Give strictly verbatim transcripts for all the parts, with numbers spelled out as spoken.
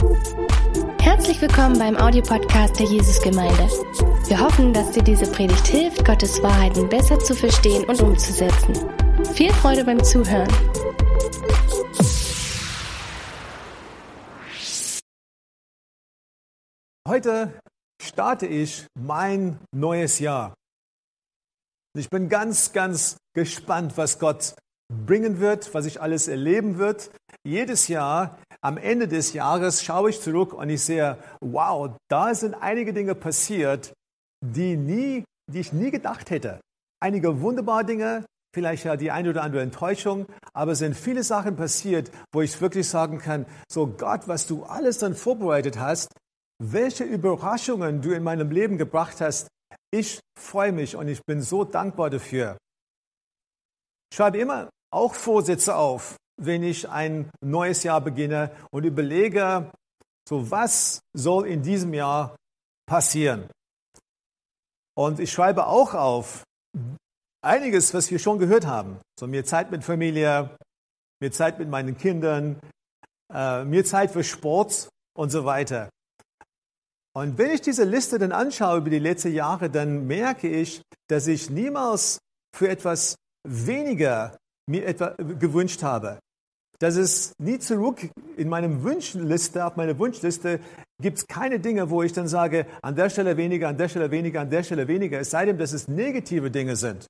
Herzlich willkommen beim Audiopodcast der Jesusgemeinde. Wir hoffen, dass dir diese Predigt hilft, Gottes Wahrheiten besser zu verstehen und umzusetzen. Viel Freude beim Zuhören. Heute starte ich mein neues Jahr. Ich bin ganz, ganz gespannt, was Gott bringen wird, was ich alles erleben wird. Jedes Jahr, am Ende des Jahres, schaue ich zurück und ich sehe, wow, da sind einige Dinge passiert, die, nie, die ich nie gedacht hätte. Einige wunderbare Dinge, vielleicht ja die eine oder andere Enttäuschung, aber es sind viele Sachen passiert, wo ich wirklich sagen kann, so Gott, was du alles dann vorbereitet hast, welche Überraschungen du in meinem Leben gebracht hast, ich freue mich und ich bin so dankbar dafür. Ich schreibe immer auch Vorsätze auf, wenn ich ein neues Jahr beginne und überlege, so was soll in diesem Jahr passieren. Und ich schreibe auch auf einiges, was wir schon gehört haben. So mehr Zeit mit Familie, mehr Zeit mit meinen Kindern, äh, mehr Zeit für Sport und so weiter. Und wenn ich diese Liste dann anschaue über die letzten Jahre, dann merke ich, dass ich niemals für etwas weniger mir etwa gewünscht habe. Dass es nie zurück in meinem Wunschliste, auf meiner Wunschliste gibt es keine Dinge, wo ich dann sage, an der Stelle weniger, an der Stelle weniger, an der Stelle weniger, es sei denn, dass es negative Dinge sind.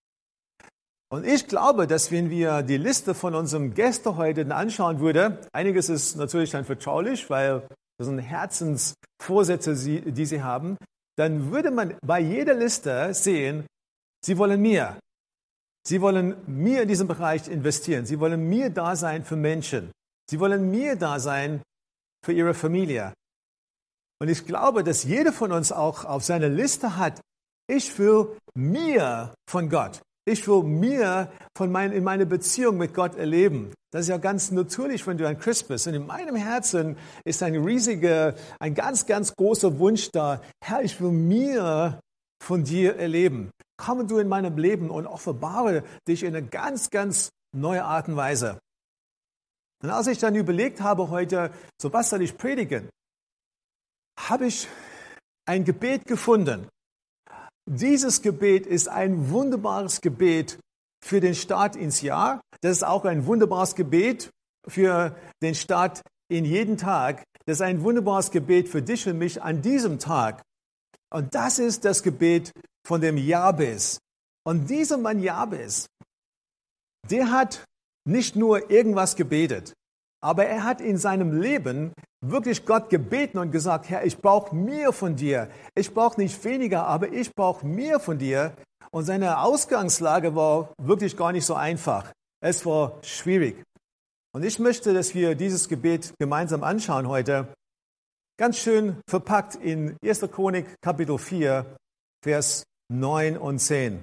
Und ich glaube, dass wenn wir die Liste von unserem Gästen heute anschauen würden, einiges ist natürlich dann vertraulich, weil das sind Herzensvorsätze, die sie haben, dann würde man bei jeder Liste sehen, sie wollen mehr. Sie wollen mir in diesem Bereich investieren. Sie wollen mir da sein für Menschen. Sie wollen mir da sein für ihre Familie. Und ich glaube, dass jeder von uns auch auf seiner Liste hat, ich will mir von Gott. Ich will mir von mein, in meine Beziehung mit Gott erleben. Das ist ja ganz natürlich, wenn du ein Christ bist. Und in meinem Herzen ist ein riesiger, ein ganz, ganz großer Wunsch da. Herr, ich will mir von dir erleben. Komme du in meinem Leben und offenbare dich in eine ganz, ganz neue Art und Weise. Und als ich dann überlegt habe heute, so was soll ich predigen, habe ich ein Gebet gefunden. Dieses Gebet ist ein wunderbares Gebet für den Start ins Jahr. Das ist auch ein wunderbares Gebet für den Start in jeden Tag. Das ist ein wunderbares Gebet für dich und mich an diesem Tag. Und das ist das Gebet von dem Jabes. Und dieser Mann Jabes, der hat nicht nur irgendwas gebetet, aber er hat in seinem Leben wirklich Gott gebeten und gesagt, Herr, ich brauche mehr von dir. Ich brauche nicht weniger, aber ich brauche mehr von dir. Und seine Ausgangslage war wirklich gar nicht so einfach. Es war schwierig. Und ich möchte, dass wir dieses Gebet gemeinsam anschauen heute. Ganz schön verpackt in erster Chronik Kapitel vier, Vers neun und zehn.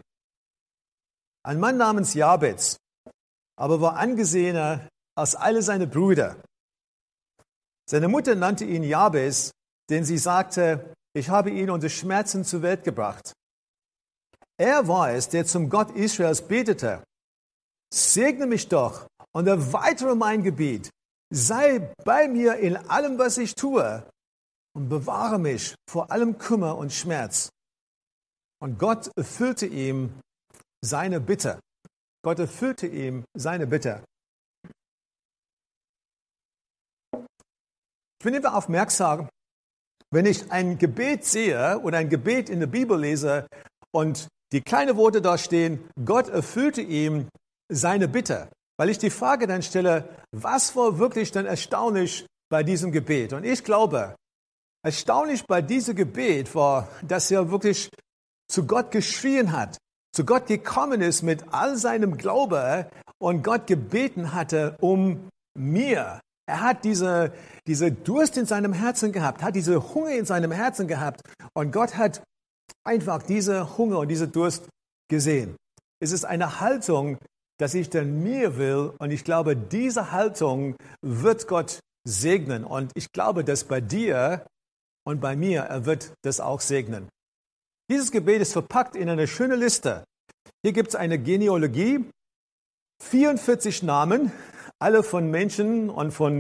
Ein Mann namens Jabez, aber war angesehener als alle seine Brüder. Seine Mutter nannte ihn Jabez, denn sie sagte, ich habe ihn unter Schmerzen zur Welt gebracht. Er war es, der zum Gott Israels betete, segne mich doch und erweitere mein Gebiet, sei bei mir in allem, was ich tue und bewahre mich vor allem Kummer und Schmerz. Und Gott erfüllte ihm seine Bitte. Gott erfüllte ihm seine Bitte. Ich bin immer aufmerksam, wenn ich ein Gebet sehe oder ein Gebet in der Bibel lese und die kleinen Worte da stehen, Gott erfüllte ihm seine Bitte. Weil ich die Frage dann stelle, was war wirklich dann erstaunlich bei diesem Gebet? Und ich glaube, erstaunlich bei diesem Gebet war, dass er wirklich zu Gott geschrien hat, zu Gott gekommen ist mit all seinem Glaube und Gott gebeten hatte um mir. Er hat diese, diese Durst in seinem Herzen gehabt, hat diese Hunger in seinem Herzen gehabt und Gott hat einfach diese Hunger und diese Durst gesehen. Es ist eine Haltung, dass ich dann mir will und ich glaube, diese Haltung wird Gott segnen und ich glaube, dass bei dir und bei mir, er wird das auch segnen. Dieses Gebet ist verpackt in eine schöne Liste. Hier gibt es eine Genealogie, vierundvierzig Namen, alle von Menschen und von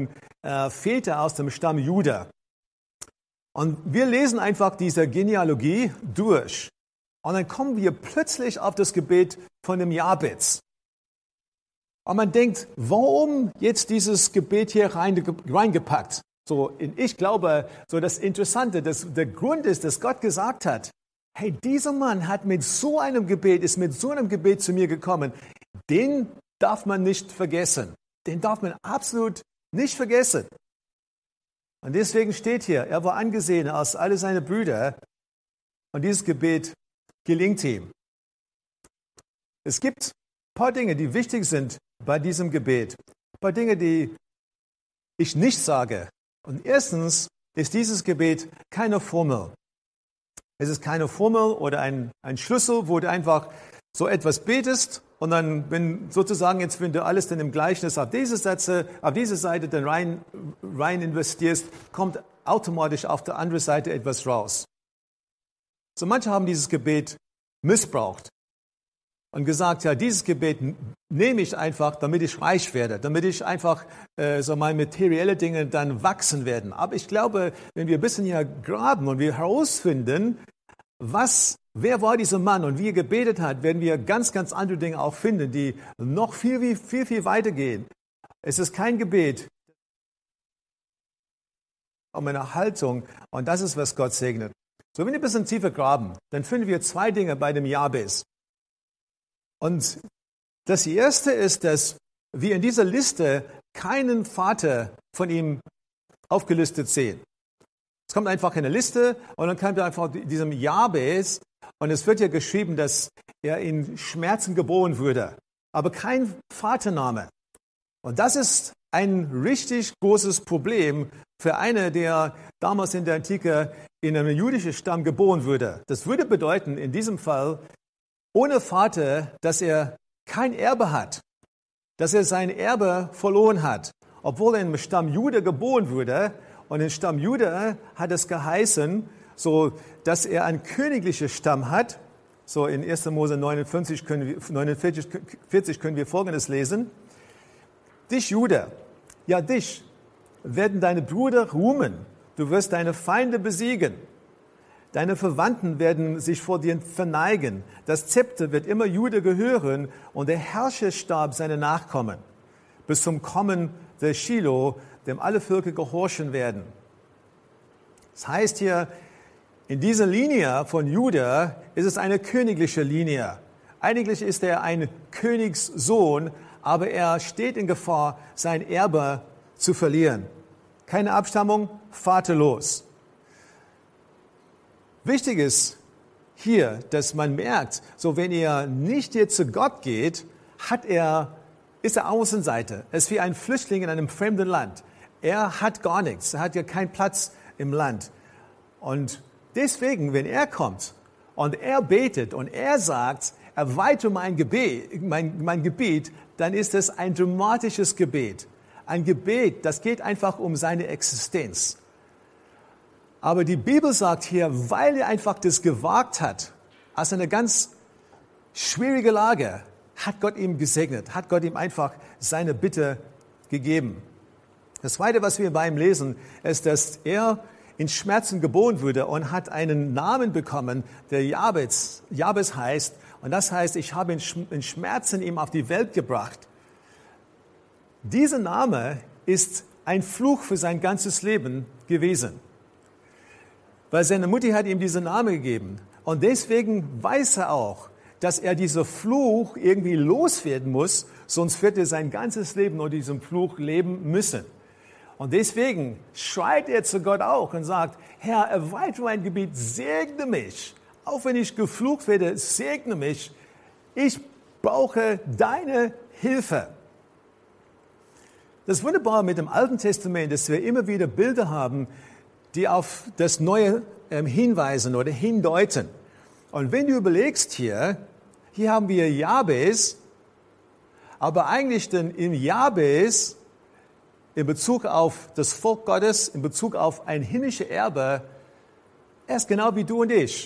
äh, Väter aus dem Stamm Juda. Und wir lesen einfach diese Genealogie durch. Und dann kommen wir plötzlich auf das Gebet von dem Jabez. Und man denkt, warum jetzt dieses Gebet hier reingepackt? So, ich glaube, so das Interessante, das, der Grund ist, dass Gott gesagt hat, hey, dieser Mann hat mit so einem Gebet, ist mit so einem Gebet zu mir gekommen. Den darf man nicht vergessen. Den darf man absolut nicht vergessen. Und deswegen steht hier, er war angesehen als alle seine Brüder. Und dieses Gebet gelingt ihm. Es gibt ein paar Dinge, die wichtig sind bei diesem Gebet. Ein paar Dinge, die ich nicht sage. Und erstens ist dieses Gebet keine Formel. Es ist keine Formel oder ein, ein Schlüssel, wo du einfach so etwas betest und dann, wenn sozusagen jetzt, wenn du alles dann im Gleichnis auf diese Sätze, auf diese Seite dann rein, rein investierst, kommt automatisch auf der anderen Seite etwas raus. So manche haben dieses Gebet missbraucht und gesagt, ja, dieses Gebet nehme ich einfach, damit ich reich werde, damit ich einfach äh, so meine materielle Dinge dann wachsen werden. Aber ich glaube, wenn wir ein bisschen hier graben und wir herausfinden, was, wer war dieser Mann und wie er gebetet hat, werden wir ganz, ganz andere Dinge auch finden, die noch viel, viel, viel, viel weiter gehen. Es ist kein Gebet um eine Haltung und das ist, was Gott segnet. So, wenn wir ein bisschen tiefer graben, dann finden wir zwei Dinge bei dem Jabez. Und das erste ist, dass wir in dieser Liste keinen Vater von ihm aufgelistet sehen. Es kommt einfach eine Liste und dann kommt einfach diesem Jabez und es wird ja geschrieben, dass er in Schmerzen geboren wurde, aber kein Vatername. Und das ist ein richtig großes Problem für einen, der damals in der Antike in einem jüdischen Stamm geboren wurde. Das würde bedeuten, in diesem Fall, ohne Vater, dass er kein Erbe hat, dass er sein Erbe verloren hat, obwohl er im Stamm Juda geboren wurde. Und im Stamm Juda hat es geheißen, so, dass er einen königlichen Stamm hat. So in erster Mose neunundvierzig können wir, neunundvierzig können wir Folgendes lesen. Dich, Juda, ja dich, werden deine Brüder ruhmen. Du wirst deine Feinde besiegen. Deine Verwandten werden sich vor dir verneigen. Das Zepter wird immer Juda gehören und der Herrscherstab seine Nachkommen, bis zum Kommen der Shiloh, dem alle Völker gehorchen werden. Das heißt hier, in dieser Linie von Juda ist es eine königliche Linie. Eigentlich ist er ein Königssohn, aber er steht in Gefahr, sein Erbe zu verlieren. Keine Abstammung, vaterlos. Wichtig ist hier, dass man merkt, so wenn er nicht jetzt zu Gott geht, hat er, ist er Außenseiter. Er ist wie ein Flüchtling in einem fremden Land. Er hat gar nichts. Er hat ja keinen Platz im Land. Und deswegen, wenn er kommt und er betet und er sagt, erweitere mein Gebet, mein, mein Gebiet, dann ist es ein dramatisches Gebet. Ein Gebet, das geht einfach um seine Existenz. Aber die Bibel sagt hier, weil er einfach das gewagt hat, aus einer ganz schwierigen Lage, hat Gott ihm gesegnet, hat Gott ihm einfach seine Bitte gegeben. Das Zweite, was wir bei ihm lesen, ist, dass er in Schmerzen geboren wurde und hat einen Namen bekommen, der Jabez, Jabez heißt. Und das heißt, ich habe in Schmerzen ihm auf die Welt gebracht. Dieser Name ist ein Fluch für sein ganzes Leben gewesen. Weil seine Mutter hat ihm diesen Namen gegeben. Und deswegen weiß er auch, dass er diesen Fluch irgendwie loswerden muss, sonst wird er sein ganzes Leben unter diesem Fluch leben müssen. Und deswegen schreit er zu Gott auch und sagt, Herr, erweitere mein Gebiet, segne mich. Auch wenn ich geflucht werde, segne mich. Ich brauche deine Hilfe. Das Wunderbare mit dem Alten Testament, dass wir immer wieder Bilder haben, die auf das Neue ähm, hinweisen oder hindeuten. Und wenn du überlegst hier, hier haben wir Jabez, aber eigentlich denn in Jabez in Bezug auf das Volk Gottes, in Bezug auf ein himmlisches Erbe, er ist genau wie du und ich.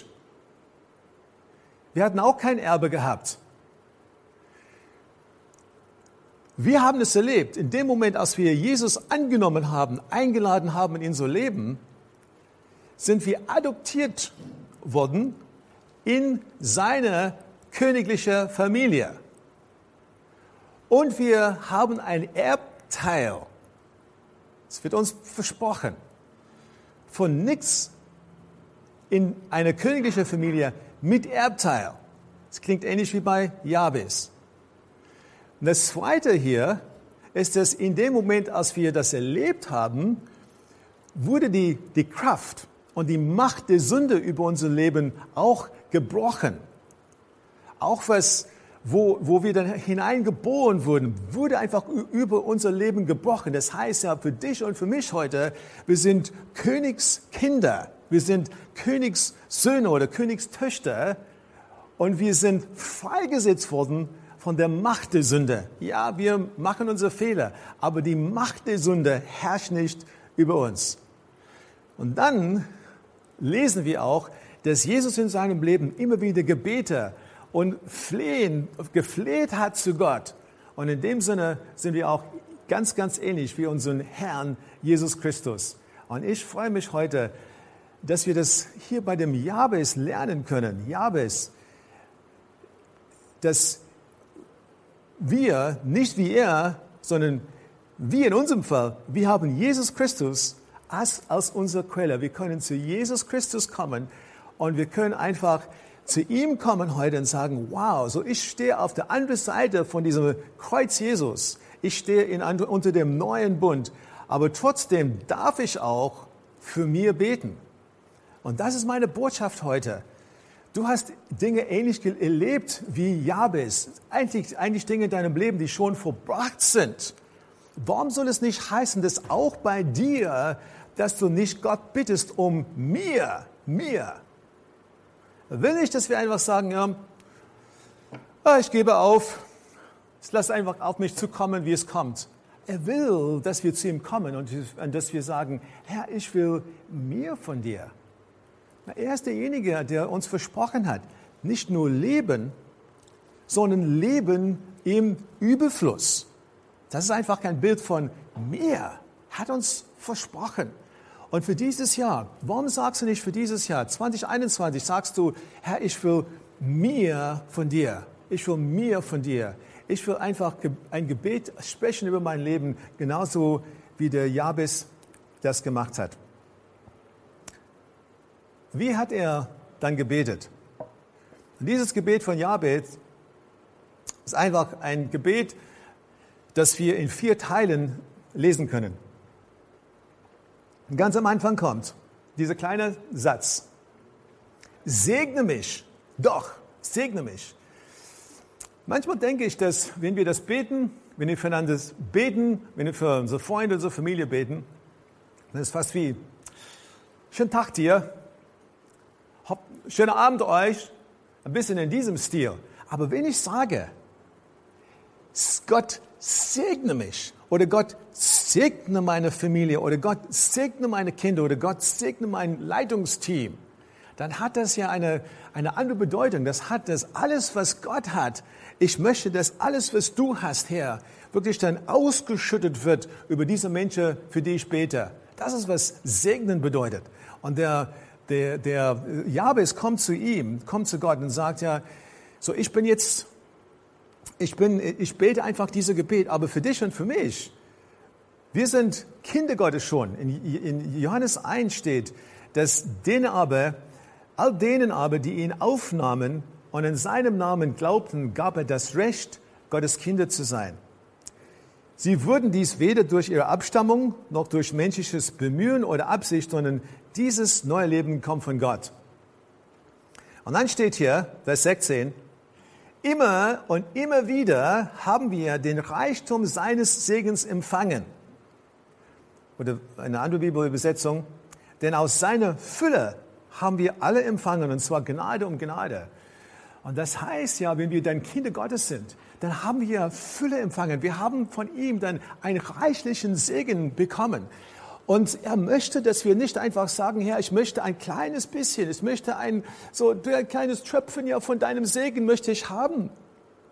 Wir hatten auch kein Erbe gehabt. Wir haben es erlebt, in dem Moment, als wir Jesus angenommen haben, eingeladen haben in unser Leben, sind wir adoptiert worden in seine königliche Familie. Und wir haben ein Erbteil. Es wird uns versprochen. Von nichts in eine königliche Familie mit Erbteil. Das klingt ähnlich wie bei Jabes. Und das Zweite hier ist, dass in dem Moment, als wir das erlebt haben, wurde die, die Kraft und die Macht der Sünde über unser Leben auch gebrochen. Auch was, wo, wo wir dann hineingeboren wurden, wurde einfach über unser Leben gebrochen. Das heißt ja für dich und für mich heute, wir sind Königskinder, wir sind Königssöhne oder Königstöchter und wir sind freigesetzt worden von der Macht der Sünde. Ja, wir machen unsere Fehler, aber die Macht der Sünde herrscht nicht über uns. Und dann lesen wir auch, dass Jesus in seinem Leben immer wieder Gebete und Flehen, gefleht hat zu Gott. Und in dem Sinne sind wir auch ganz, ganz ähnlich wie unseren Herrn Jesus Christus. Und ich freue mich heute, dass wir das hier bei dem Jabes lernen können. Jabes, dass wir, nicht wie er, sondern wir in unserem Fall, wir haben Jesus Christus als, als unsere Quelle. Wir können zu Jesus Christus kommen und wir können einfach zu ihm kommen heute und sagen, wow, so ich stehe auf der anderen Seite von diesem Kreuz Jesus. Ich stehe in, unter dem neuen Bund, aber trotzdem darf ich auch für mir beten. Und das ist meine Botschaft heute. Du hast Dinge ähnlich erlebt wie Jabes, eigentlich, eigentlich Dinge in deinem Leben, die schon vollbracht sind. Warum soll es nicht heißen, dass auch bei dir, dass du nicht Gott bittest um mir, mir? Will nicht, dass wir einfach sagen, ja, ich gebe auf, es lass einfach auf mich zukommen, wie es kommt. Er will, dass wir zu ihm kommen und dass wir sagen, Herr, ich will mehr von dir. Er ist derjenige, der uns versprochen hat, nicht nur Leben, sondern Leben im Überfluss. Das ist einfach kein Bild von mehr. Hat uns versprochen. Und für dieses Jahr, warum sagst du nicht für dieses Jahr, zwanzig einundzwanzig, sagst du, Herr, ich will mehr von dir. Ich will mehr von dir. Ich will einfach ein Gebet sprechen über mein Leben, genauso wie der Jabes das gemacht hat. Wie hat er dann gebetet? Und dieses Gebet von Jabes ist einfach ein Gebet, das wir in vier Teilen lesen können. Und ganz am Anfang kommt dieser kleine Satz. Segne mich, doch, segne mich. Manchmal denke ich, dass wenn wir das beten, wenn wir füreinander beten, wenn wir für unsere Freunde, unsere Familie beten, dann ist es fast wie, schönen Tag dir, schönen Abend euch, ein bisschen in diesem Stil. Aber wenn ich sage, Gott segne mich oder Gott segne meine Familie oder Gott segne meine Kinder oder Gott segne mein Leitungsteam, dann hat das ja eine, eine andere Bedeutung. Das hat das alles, was Gott hat. Ich möchte, dass alles, was du hast, Herr, wirklich dann ausgeschüttet wird über diese Menschen, für die ich bete. Das ist, was segnen bedeutet. Und der Der, der Jabes kommt zu ihm, kommt zu Gott und sagt ja, so ich bin jetzt, ich bin, ich bete einfach dieses Gebet, aber für dich und für mich, wir sind Kinder Gottes schon. In, in Johannes eins steht, dass denen aber, all denen aber, die ihn aufnahmen und in seinem Namen glaubten, gab er das Recht, Gottes Kinder zu sein. Sie wurden dies weder durch ihre Abstammung noch durch menschliches Bemühen oder Absicht, sondern dieses neue Leben kommt von Gott. Und dann steht hier, Vers sechzehn, immer und immer wieder haben wir den Reichtum seines Segens empfangen. Oder eine andere Bibelübersetzung, denn aus seiner Fülle haben wir alle empfangen, und zwar Gnade um Gnade. Und das heißt ja, wenn wir dann Kinder Gottes sind, dann haben wir Fülle empfangen. Wir haben von ihm dann einen reichlichen Segen bekommen. Und er möchte, dass wir nicht einfach sagen, Herr, ich möchte ein kleines bisschen, ich möchte ein so ein kleines Tröpfchen ja von deinem Segen möchte ich haben.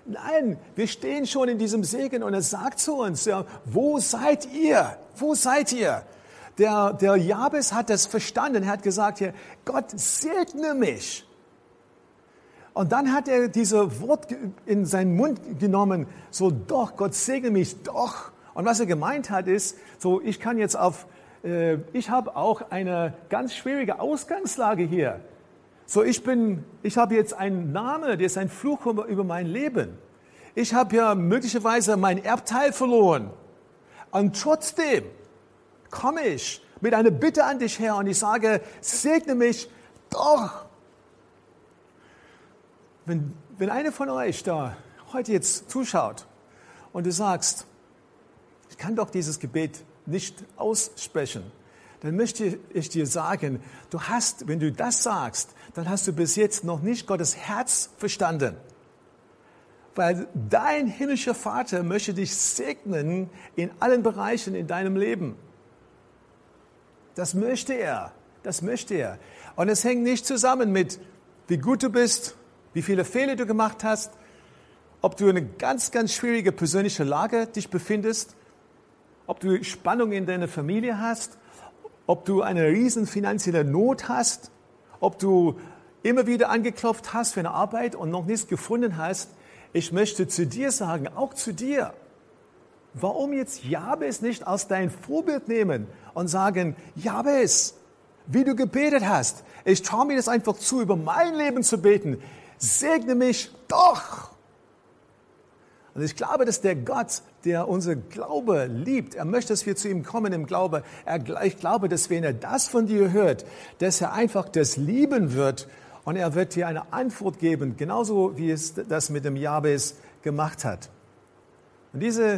Nein, wir stehen schon in diesem Segen und er sagt zu uns, ja, wo seid ihr? Wo seid ihr? Der, der Jabes hat das verstanden. Er hat gesagt, hier, Gott segne mich. Und dann hat er dieses Wort in seinen Mund genommen, so doch, Gott segne mich, doch. Und was er gemeint hat ist, so ich kann jetzt auf, äh, ich habe auch eine ganz schwierige Ausgangslage hier. So, ich bin, ich habe jetzt einen Namen, der ist ein Fluch über, über mein Leben. Ich habe ja möglicherweise mein Erbteil verloren. Und trotzdem komme ich mit einer Bitte an dich her und ich sage, segne mich doch. Wenn, wenn einer von euch da heute jetzt zuschaut und du sagst, ich kann doch dieses Gebet nicht aussprechen, dann möchte ich dir sagen, du hast, wenn du das sagst, dann hast du bis jetzt noch nicht Gottes Herz verstanden. Weil dein himmlischer Vater möchte dich segnen in allen Bereichen in deinem Leben. Das möchte er, das möchte er. Und es hängt nicht zusammen mit, wie gut du bist, wie viele Fehler du gemacht hast, ob du in eine ganz, ganz schwierige persönliche Lage dich befindest, ob du Spannung in deiner Familie hast, ob du eine riesen finanzielle Not hast, ob du immer wieder angeklopft hast für eine Arbeit und noch nichts gefunden hast. Ich möchte zu dir sagen, auch zu dir, warum jetzt Jabes nicht als dein Vorbild nehmen und sagen, Jabes, wie du gebetet hast, ich traue mir das einfach zu, über mein Leben zu beten, segne mich doch. Und ich glaube, dass der Gott, der unser Glaube liebt, er möchte, dass wir zu ihm kommen im Glaube. Er, ich glaube, dass wenn er das von dir hört, dass er einfach das lieben wird und er wird dir eine Antwort geben, genauso wie es das mit dem Jabes gemacht hat. Und diese,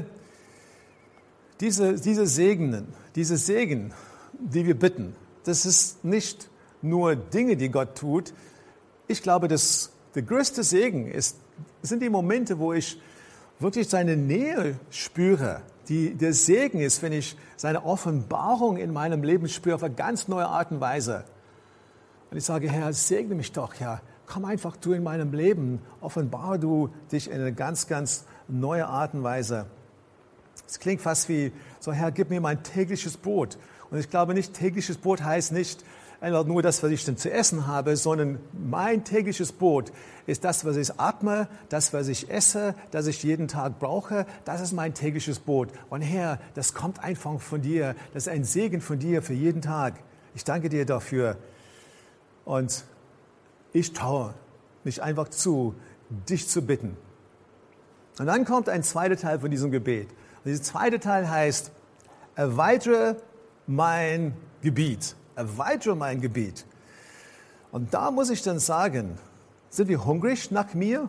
diese, diese Segnen, diese Segen, die wir bitten, das ist nicht nur Dinge, die Gott tut. Ich glaube, dass der größte Segen ist, sind die Momente, wo ich wirklich seine Nähe spüre. Die, der Segen ist, wenn ich seine Offenbarung in meinem Leben spüre, auf eine ganz neue Art und Weise. Und ich sage, Herr, segne mich doch, ja. Komm einfach du in meinem Leben, offenbare du dich in eine ganz, ganz neue Art und Weise. Es klingt fast wie, so Herr, gib mir mein tägliches Brot. Und ich glaube nicht, tägliches Brot heißt nicht einfach nur das, was ich dann zu essen habe, sondern mein tägliches Brot ist das, was ich atme, das, was ich esse, das ich jeden Tag brauche. Das ist mein tägliches Brot. Und Herr, das kommt einfach von dir. Das ist ein Segen von dir für jeden Tag. Ich danke dir dafür. Und ich traue mich einfach zu, dich zu bitten. Und dann kommt ein zweiter Teil von diesem Gebet. Und dieser zweite Teil heißt, erweitere mein Gebiet. Erweitere mein Gebiet. Und da muss ich dann sagen, sind wir hungrig nach mir?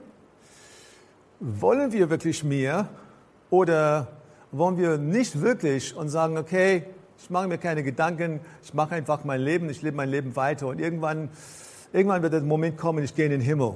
Wollen wir wirklich mehr? Oder wollen wir nicht wirklich und sagen, okay, ich mache mir keine Gedanken, ich mache einfach mein Leben, ich lebe mein Leben weiter und irgendwann, irgendwann wird der Moment kommen, ich gehe in den Himmel.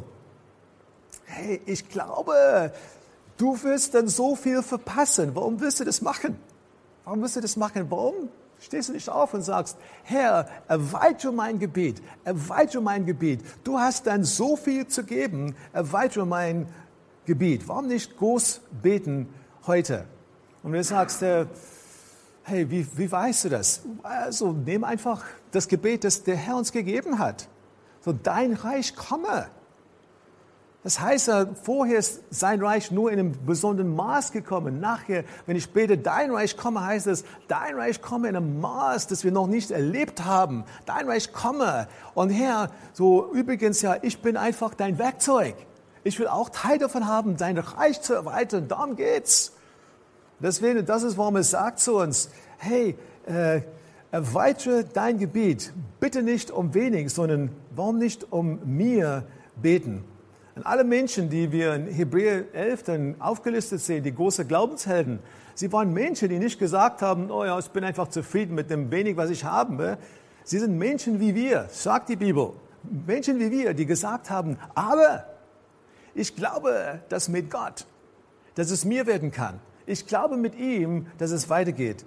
Hey, ich glaube, du wirst dann so viel verpassen. Warum wirst du das machen? Warum wirst du das machen? Warum stehst du nicht auf und sagst, Herr, erweitere mein Gebiet, erweitere mein Gebiet. Du hast dann so viel zu geben, erweitere mein Gebiet. Warum nicht groß beten heute? Und wenn du sagst, äh, hey, wie, wie weißt du das? Also nimm einfach das Gebet, das der Herr uns gegeben hat. So, dein Reich komme. Das heißt ja, vorher ist sein Reich nur in einem besonderen Maß gekommen. Nachher, wenn ich bete, dein Reich komme, heißt es, dein Reich komme in einem Maß, das wir noch nicht erlebt haben. Dein Reich komme. Und Herr, so übrigens ja, ich bin einfach dein Werkzeug. Ich will auch Teil davon haben, dein Reich zu erweitern. Darum geht's. Deswegen, das ist, warum es sagt zu uns, hey, äh, erweitere dein Gebiet. Bitte nicht um wenig, sondern warum nicht um mir beten? Und alle Menschen, die wir in Hebräer elf dann aufgelistet sehen, die großen Glaubenshelden, sie waren Menschen, die nicht gesagt haben, oh ja, ich bin einfach zufrieden mit dem wenig, was ich habe. Sie sind Menschen wie wir, sagt die Bibel. Menschen wie wir, die gesagt haben, aber ich glaube, dass mit Gott, dass es mir werden kann. Ich glaube mit ihm, dass es weitergeht.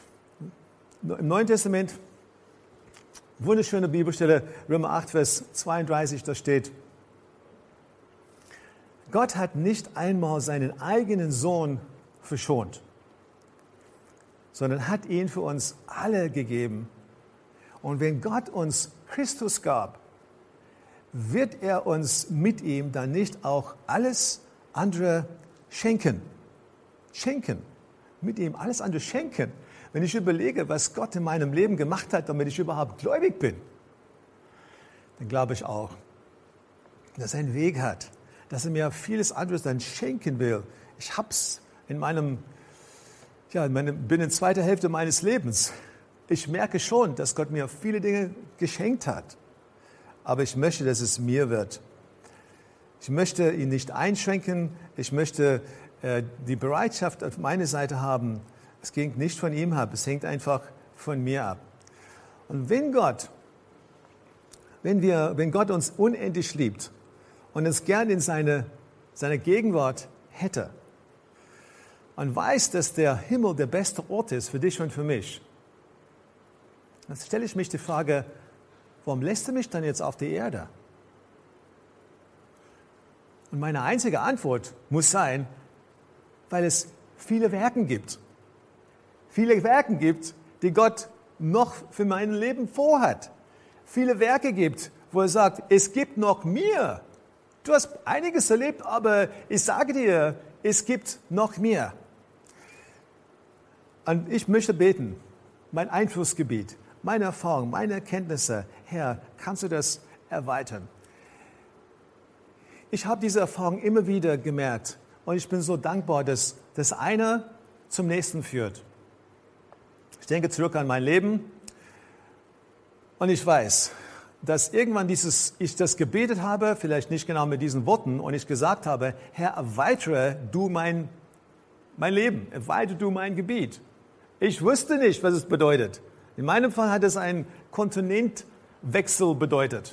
Im Neuen Testament, wunderschöne Bibelstelle, Römer acht, Vers zweiunddreißig, da steht, Gott hat nicht einmal seinen eigenen Sohn verschont, sondern hat ihn für uns alle gegeben. Und wenn Gott uns Christus gab, wird er uns mit ihm dann nicht auch alles andere schenken? Schenken. Mit ihm alles andere schenken. Wenn ich überlege, was Gott in meinem Leben gemacht hat, damit ich überhaupt gläubig bin, dann glaube ich auch, dass er einen Weg hat, dass er mir vieles anderes dann schenken will. Ich hab's in meinem, ja, in meinem, bin in der zweiten Hälfte meines Lebens. Ich merke schon, dass Gott mir viele Dinge geschenkt hat. Aber ich möchte, dass es mir wird. Ich möchte ihn nicht einschränken. Ich möchte äh, die Bereitschaft auf meine Seite haben. Es hängt nicht von ihm ab. Es hängt einfach von mir ab. Und wenn Gott, wenn wir, wenn Gott uns unendlich liebt und uns gern in seine, seine Gegenwart hätte und weiß, dass der Himmel der beste Ort ist für dich und für mich, dann stelle ich mich die Frage, warum lässt er mich dann jetzt auf die Erde? Und meine einzige Antwort muss sein, weil es viele Werke gibt. Viele Werke gibt, die Gott noch für mein Leben vorhat. Viele Werke gibt, wo er sagt, es gibt noch mehr. Du hast einiges erlebt, aber ich sage dir, es gibt noch mehr. Und ich möchte beten, mein Einflussgebiet, meine Erfahrung, meine Erkenntnisse, Herr, kannst du das erweitern? Ich habe diese Erfahrung immer wieder gemerkt und ich bin so dankbar, dass das eine zum nächsten führt. Ich denke zurück an mein Leben und ich weiß, dass irgendwann dieses, ich das gebetet habe, vielleicht nicht genau mit diesen Worten, und ich gesagt habe, Herr, erweitere du mein, mein Leben, erweitere du mein Gebiet. Ich wusste nicht, was es bedeutet. In meinem Fall hat es einen Kontinentwechsel bedeutet.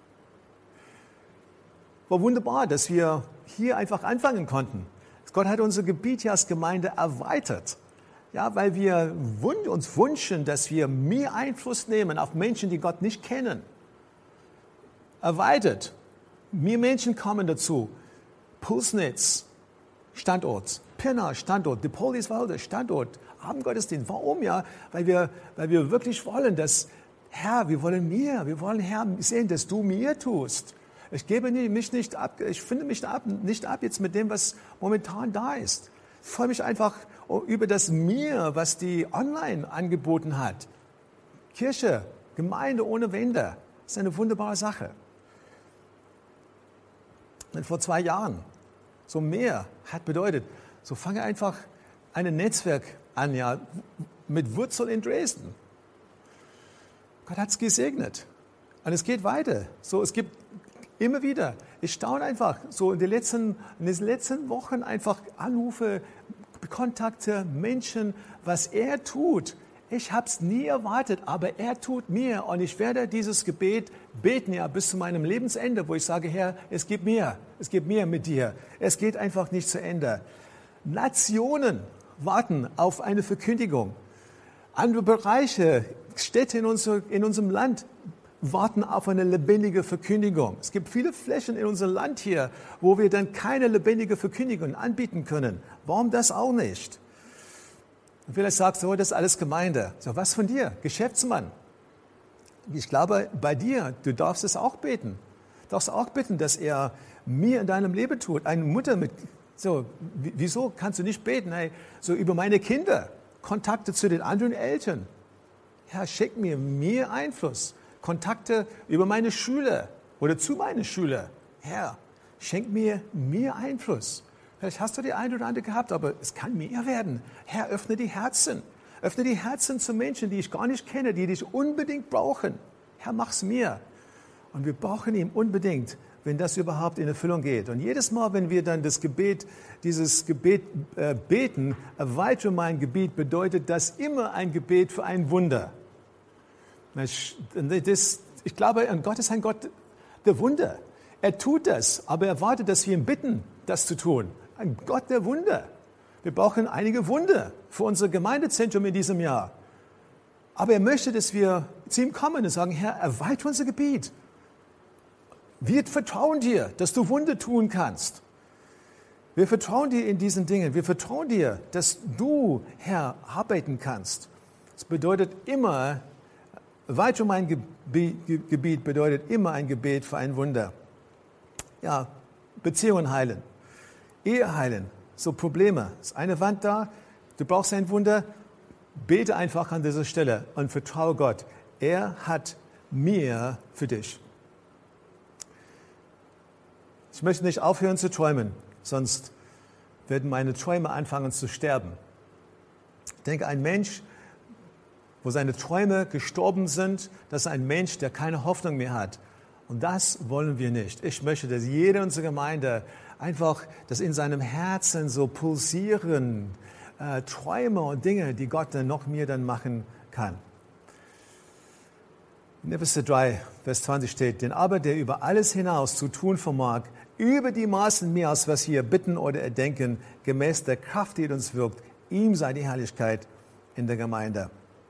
War wunderbar, dass wir hier einfach anfangen konnten. Gott hat unser Gebiet ja als Gemeinde erweitert. Ja, weil wir uns wünschen, dass wir mehr Einfluss nehmen auf Menschen, die Gott nicht kennen. Erweitert. Mehr Menschen kommen dazu. Pulsnitz, Standort. Pirna, Standort. Dipoliswalde, Standort. Abendgottesdienst. Warum? Ja, weil wir, weil wir wirklich wollen, dass, Herr, wir wollen mehr. Wir wollen, Herr, sehen, dass du mir tust. Ich gebe mich nicht ab, ich finde mich ab, nicht ab jetzt mit dem, was momentan da ist. Ich freue mich einfach über das Mir, was die online angeboten hat. Kirche, Gemeinde ohne Wände, ist eine wunderbare Sache. Und vor zwei Jahren, so mehr hat bedeutet, so fange einfach ein Netzwerk an, ja, mit Wurzeln in Dresden. Gott hat es gesegnet. Und es geht weiter. So, es gibt immer wieder, ich staune einfach, so in den letzten, in den letzten Wochen einfach Anrufe, Kontakte, Menschen, was er tut. Ich habe es nie erwartet, aber er tut mir. Und ich werde dieses Gebet beten, ja, bis zu meinem Lebensende, wo ich sage, Herr, es gibt mehr, es gibt mehr mit dir. Es geht einfach nicht zu Ende. Nationen warten auf eine Verkündigung. Andere Bereiche, Städte in, unser, in unserem Land warten auf eine lebendige Verkündigung. Es gibt viele Flächen in unserem Land hier, wo wir dann keine lebendige Verkündigung anbieten können. Warum das auch nicht? Und vielleicht sagst du, oh, das ist alles Gemeinde. So, was von dir? Geschäftsmann. Ich glaube, bei dir, du darfst es auch beten. Du darfst auch bitten, dass er mir in deinem Leben tut. Eine Mutter mit, so, wieso kannst du nicht beten? Hey, so über meine Kinder, Kontakte zu den anderen Eltern. Herr, schenk mir mehr Einfluss. Kontakte über meine Schüler oder zu meinen Schülern. Herr, schenk mir mehr Einfluss. Vielleicht hast du die eine oder andere gehabt, aber es kann mehr werden. Herr, öffne die Herzen. Öffne die Herzen zu Menschen, die ich gar nicht kenne, die dich unbedingt brauchen. Herr, mach's mir. Und wir brauchen ihn unbedingt, wenn das überhaupt in Erfüllung geht. Und jedes Mal, wenn wir dann das Gebet, dieses Gebet äh, beten, erweitere mein Gebiet, bedeutet das immer ein Gebet für ein Wunder. Das, ich glaube, Gott ist ein Gott der Wunder. Er tut das, aber er wartet, dass wir ihn bitten, das zu tun. Ein Gott der Wunder. Wir brauchen einige Wunder für unser Gemeindezentrum in diesem Jahr. Aber er möchte, dass wir zu ihm kommen und sagen, Herr, erweitere unser Gebiet. Wir vertrauen dir, dass du Wunder tun kannst. Wir vertrauen dir in diesen Dingen. Wir vertrauen dir, dass du, Herr, arbeiten kannst. Das bedeutet immer, weit um ein Gebiet bedeutet immer ein Gebet für ein Wunder. Ja, Beziehungen heilen, Ehe heilen, so Probleme. Ist eine Wand da, du brauchst ein Wunder, bete einfach an dieser Stelle und vertraue Gott. Er hat mehr für dich. Ich möchte nicht aufhören zu träumen, sonst werden meine Träume anfangen zu sterben. Ich denke, ein Mensch, wo seine Träume gestorben sind, das ist ein Mensch, der keine Hoffnung mehr hat. Und das wollen wir nicht. Ich möchte, dass jede unserer Gemeinde einfach, dass in seinem Herzen so pulsieren, äh, Träume und Dinge, die Gott dann noch mehr dann machen kann. In Epheser drei, Vers zwanzig steht, denn aber der über alles hinaus zu tun vermag, über die Maßen mehr als was wir bitten oder erdenken, gemäß der Kraft, die in uns wirkt, ihm sei die Herrlichkeit in der Gemeinde.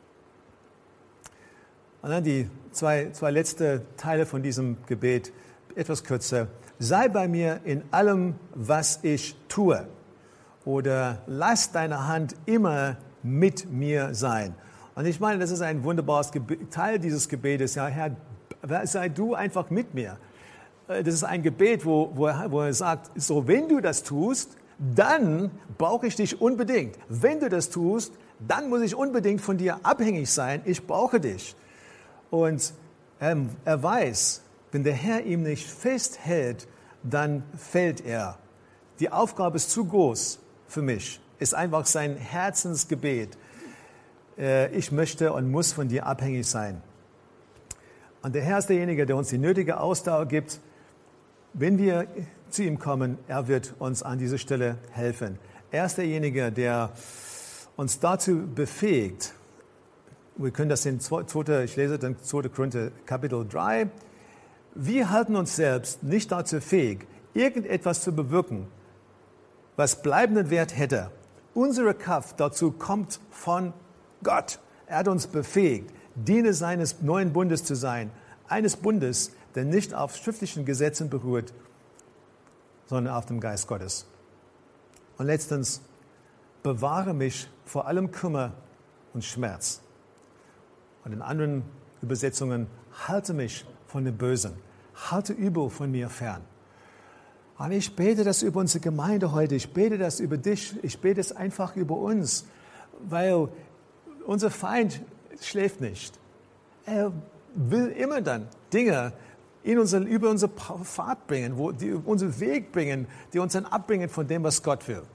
Und dann die zwei, zwei letzte Teile von diesem Gebet, etwas kürzer. Sei bei mir in allem, was ich tue. Oder lass deine Hand immer mit mir sein. Und ich meine, das ist ein wunderbares Gebe- Teil dieses Gebetes. Ja, Herr, sei du einfach mit mir. Das ist ein Gebet, wo, wo, er, wo er sagt, so wenn du das tust, dann brauche ich dich unbedingt. Wenn du das tust, dann muss ich unbedingt von dir abhängig sein. Ich brauche dich. Und ähm, er weiß, wenn der Herr ihm nicht festhält, dann fällt er. Die Aufgabe ist zu groß für mich. Ist einfach sein Herzensgebet. Äh, ich möchte und muss von dir abhängig sein. Und der Herr ist derjenige, der uns die nötige Ausdauer gibt. Wenn wir zu ihm kommen, er wird uns an dieser Stelle helfen. Er ist derjenige, der uns dazu befähigt. Wir können das in zweiter ich lese dann zweiter Korinther Kapitel drei. Wir halten uns selbst nicht dazu fähig, irgendetwas zu bewirken, was bleibenden Wert hätte. Unsere Kraft dazu kommt von Gott. Er hat uns befähigt, Diener seines neuen Bundes zu sein. Eines Bundes, der nicht auf schriftlichen Gesetzen beruht, sondern auf dem Geist Gottes. Und letztens, bewahre mich vor allem Kummer und Schmerz. Und in anderen Übersetzungen, halte mich von dem Bösen. Halte Übel von mir fern. Und ich bete das über unsere Gemeinde heute. Ich bete das über dich. Ich bete es einfach über uns. Weil unser Feind schläft nicht. Er will immer dann Dinge in unser, über unsere Pfad bringen, wo die unseren Weg bringen, die uns dann abbringen von dem, was Gott will.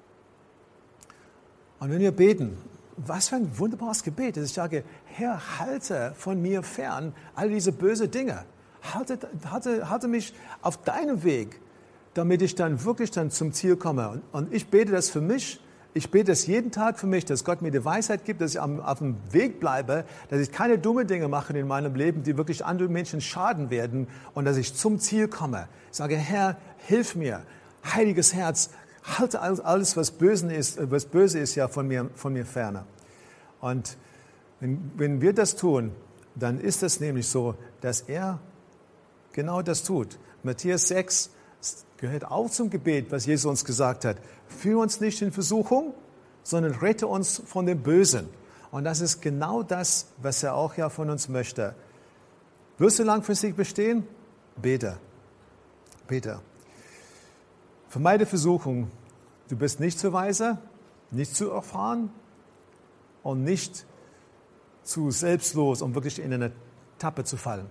Und wenn wir beten, was für ein wunderbares Gebet, dass ich sage, Herr, halte von mir fern all diese bösen Dinge. Halte, halte, halte mich auf deinem Weg, damit ich dann wirklich dann zum Ziel komme. Und, und ich bete das für mich. Ich bete das jeden Tag für mich, dass Gott mir die Weisheit gibt, dass ich am, auf dem Weg bleibe, dass ich keine dummen Dinge mache in meinem Leben, die wirklich anderen Menschen schaden werden und dass ich zum Ziel komme. Ich sage, Herr, hilf mir, heiliges Herz, halte alles, was böse ist, was böse ist, ja von mir, von mir ferne. Und wenn, wenn wir das tun, dann ist es nämlich so, dass er genau das tut. Matthäus sechs gehört auch zum Gebet, was Jesus uns gesagt hat. Führe uns nicht in Versuchung, sondern rette uns von dem Bösen. Und das ist genau das, was er auch ja von uns möchte. Wirst du langfristig bestehen? Bete. Bete. Vermeide Versuchung. Du bist nicht zu weise, nicht zu erfahren und nicht zu selbstlos, um wirklich in eine Tappe zu fallen.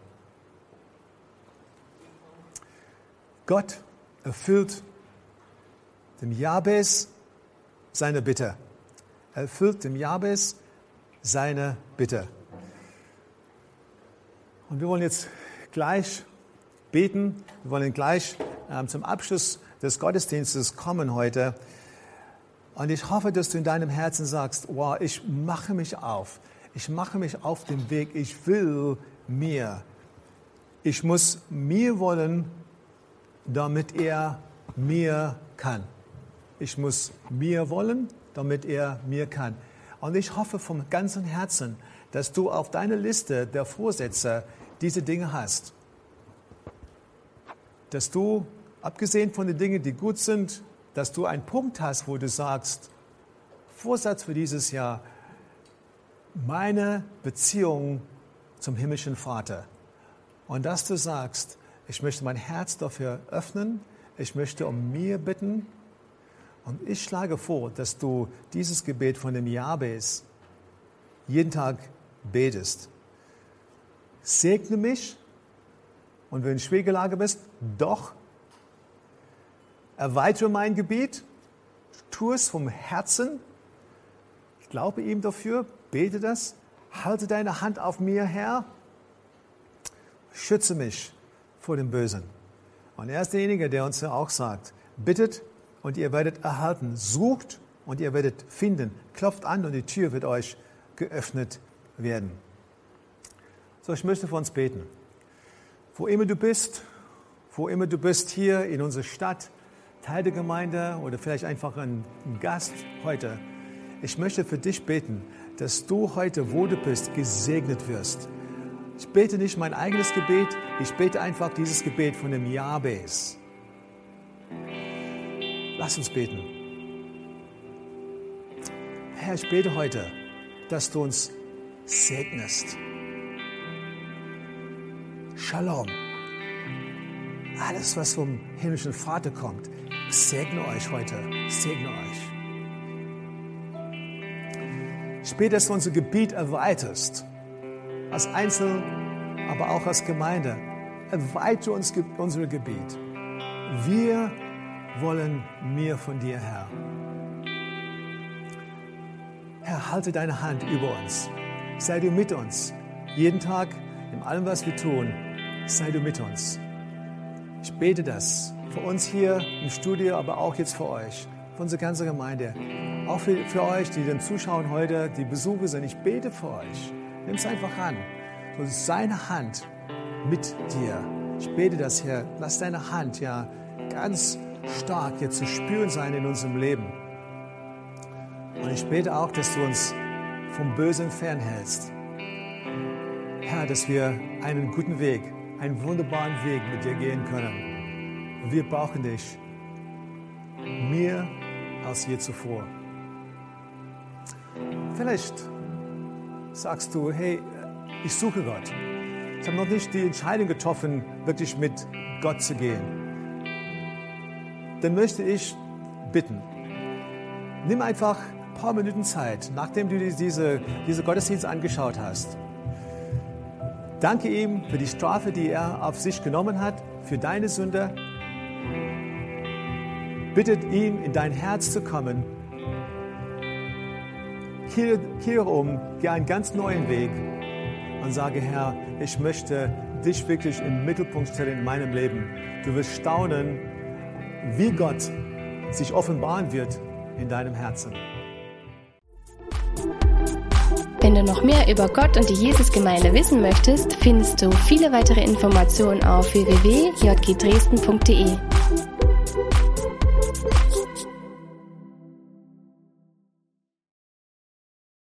Gott erfüllt dem Jabes seine Bitte. Er erfüllt dem Jabes seine Bitte. Und wir wollen jetzt gleich beten. Wir wollen gleich ähm, zum Abschluss des Gottesdienstes kommen heute. Und ich hoffe, dass du in deinem Herzen sagst, wow, ich mache mich auf. Ich mache mich auf den Weg. Ich will mir. Ich muss mir wollen, damit er mir kann. Ich muss mir wollen, damit er mir kann. Und ich hoffe vom ganzen Herzen, dass du auf deiner Liste der Vorsätze diese Dinge hast. Dass du, abgesehen von den Dingen, die gut sind, dass du einen Punkt hast, wo du sagst, Vorsatz für dieses Jahr, meine Beziehung zum himmlischen Vater. Und dass du sagst, ich möchte mein Herz dafür öffnen, ich möchte um mir bitten. Und ich schlage vor, dass du dieses Gebet von dem Jabes jeden Tag betest. Segne mich, und wenn du in schwieriger Lage bist, doch erweitere mein Gebiet, tu es vom Herzen, ich glaube ihm dafür, bete das, halte deine Hand auf mir, Herr, schütze mich vor dem Bösen. Und er ist derjenige, der uns ja auch sagt, bittet und ihr werdet erhalten, sucht und ihr werdet finden, klopft an und die Tür wird euch geöffnet werden. So, ich möchte für uns beten. Wo immer du bist, wo immer du bist hier in unserer Stadt, Teil der Gemeinde oder vielleicht einfach ein Gast heute, ich möchte für dich beten, dass du heute, wo du bist, gesegnet wirst. Ich bete nicht mein eigenes Gebet, ich bete einfach dieses Gebet von dem Jabes. Lass uns beten. Herr, ich bete heute, dass du uns segnest. Shalom. Alles, was vom himmlischen Vater kommt, ich segne euch heute. Ich segne euch. Ich bete, dass du unser Gebiet erweiterst. Als Einzelne, aber auch als Gemeinde. Erweitere uns unser Gebiet. Wir wollen mehr von dir, Herr. Herr, halte deine Hand über uns. Sei du mit uns. Jeden Tag, in allem, was wir tun, sei du mit uns. Ich bete das für uns hier im Studio, aber auch jetzt für euch, für unsere ganze Gemeinde. Auch für, für euch, die den zuschauen heute, die Besucher sind. Ich bete für euch. Nimm es einfach an. So ist seine Hand mit dir. Ich bete das, Herr. Lass deine Hand ja ganz stark jetzt zu spüren sein in unserem Leben. Und ich bete auch, dass du uns vom Bösen fernhältst. Herr, dass wir einen guten Weg, einen wunderbaren Weg mit dir gehen können. Und wir brauchen dich mehr als je zuvor. Vielleicht sagst du, hey, ich suche Gott. Ich habe noch nicht die Entscheidung getroffen, wirklich mit Gott zu gehen. Dann möchte ich bitten, nimm einfach ein paar Minuten Zeit, nachdem du diese, diese Gottesdienst angeschaut hast. Danke ihm für die Strafe, die er auf sich genommen hat, für deine Sünde. Bittet ihm, in dein Herz zu kommen. Kehre um, geh einen ganz neuen Weg und sage, Herr, ich möchte dich wirklich im Mittelpunkt stellen in meinem Leben. Du wirst staunen, wie Gott sich offenbaren wird in deinem Herzen. Wenn du noch mehr über Gott und die Jesusgemeinde wissen möchtest, findest du viele weitere Informationen auf w w w punkt j g dresden punkt d e.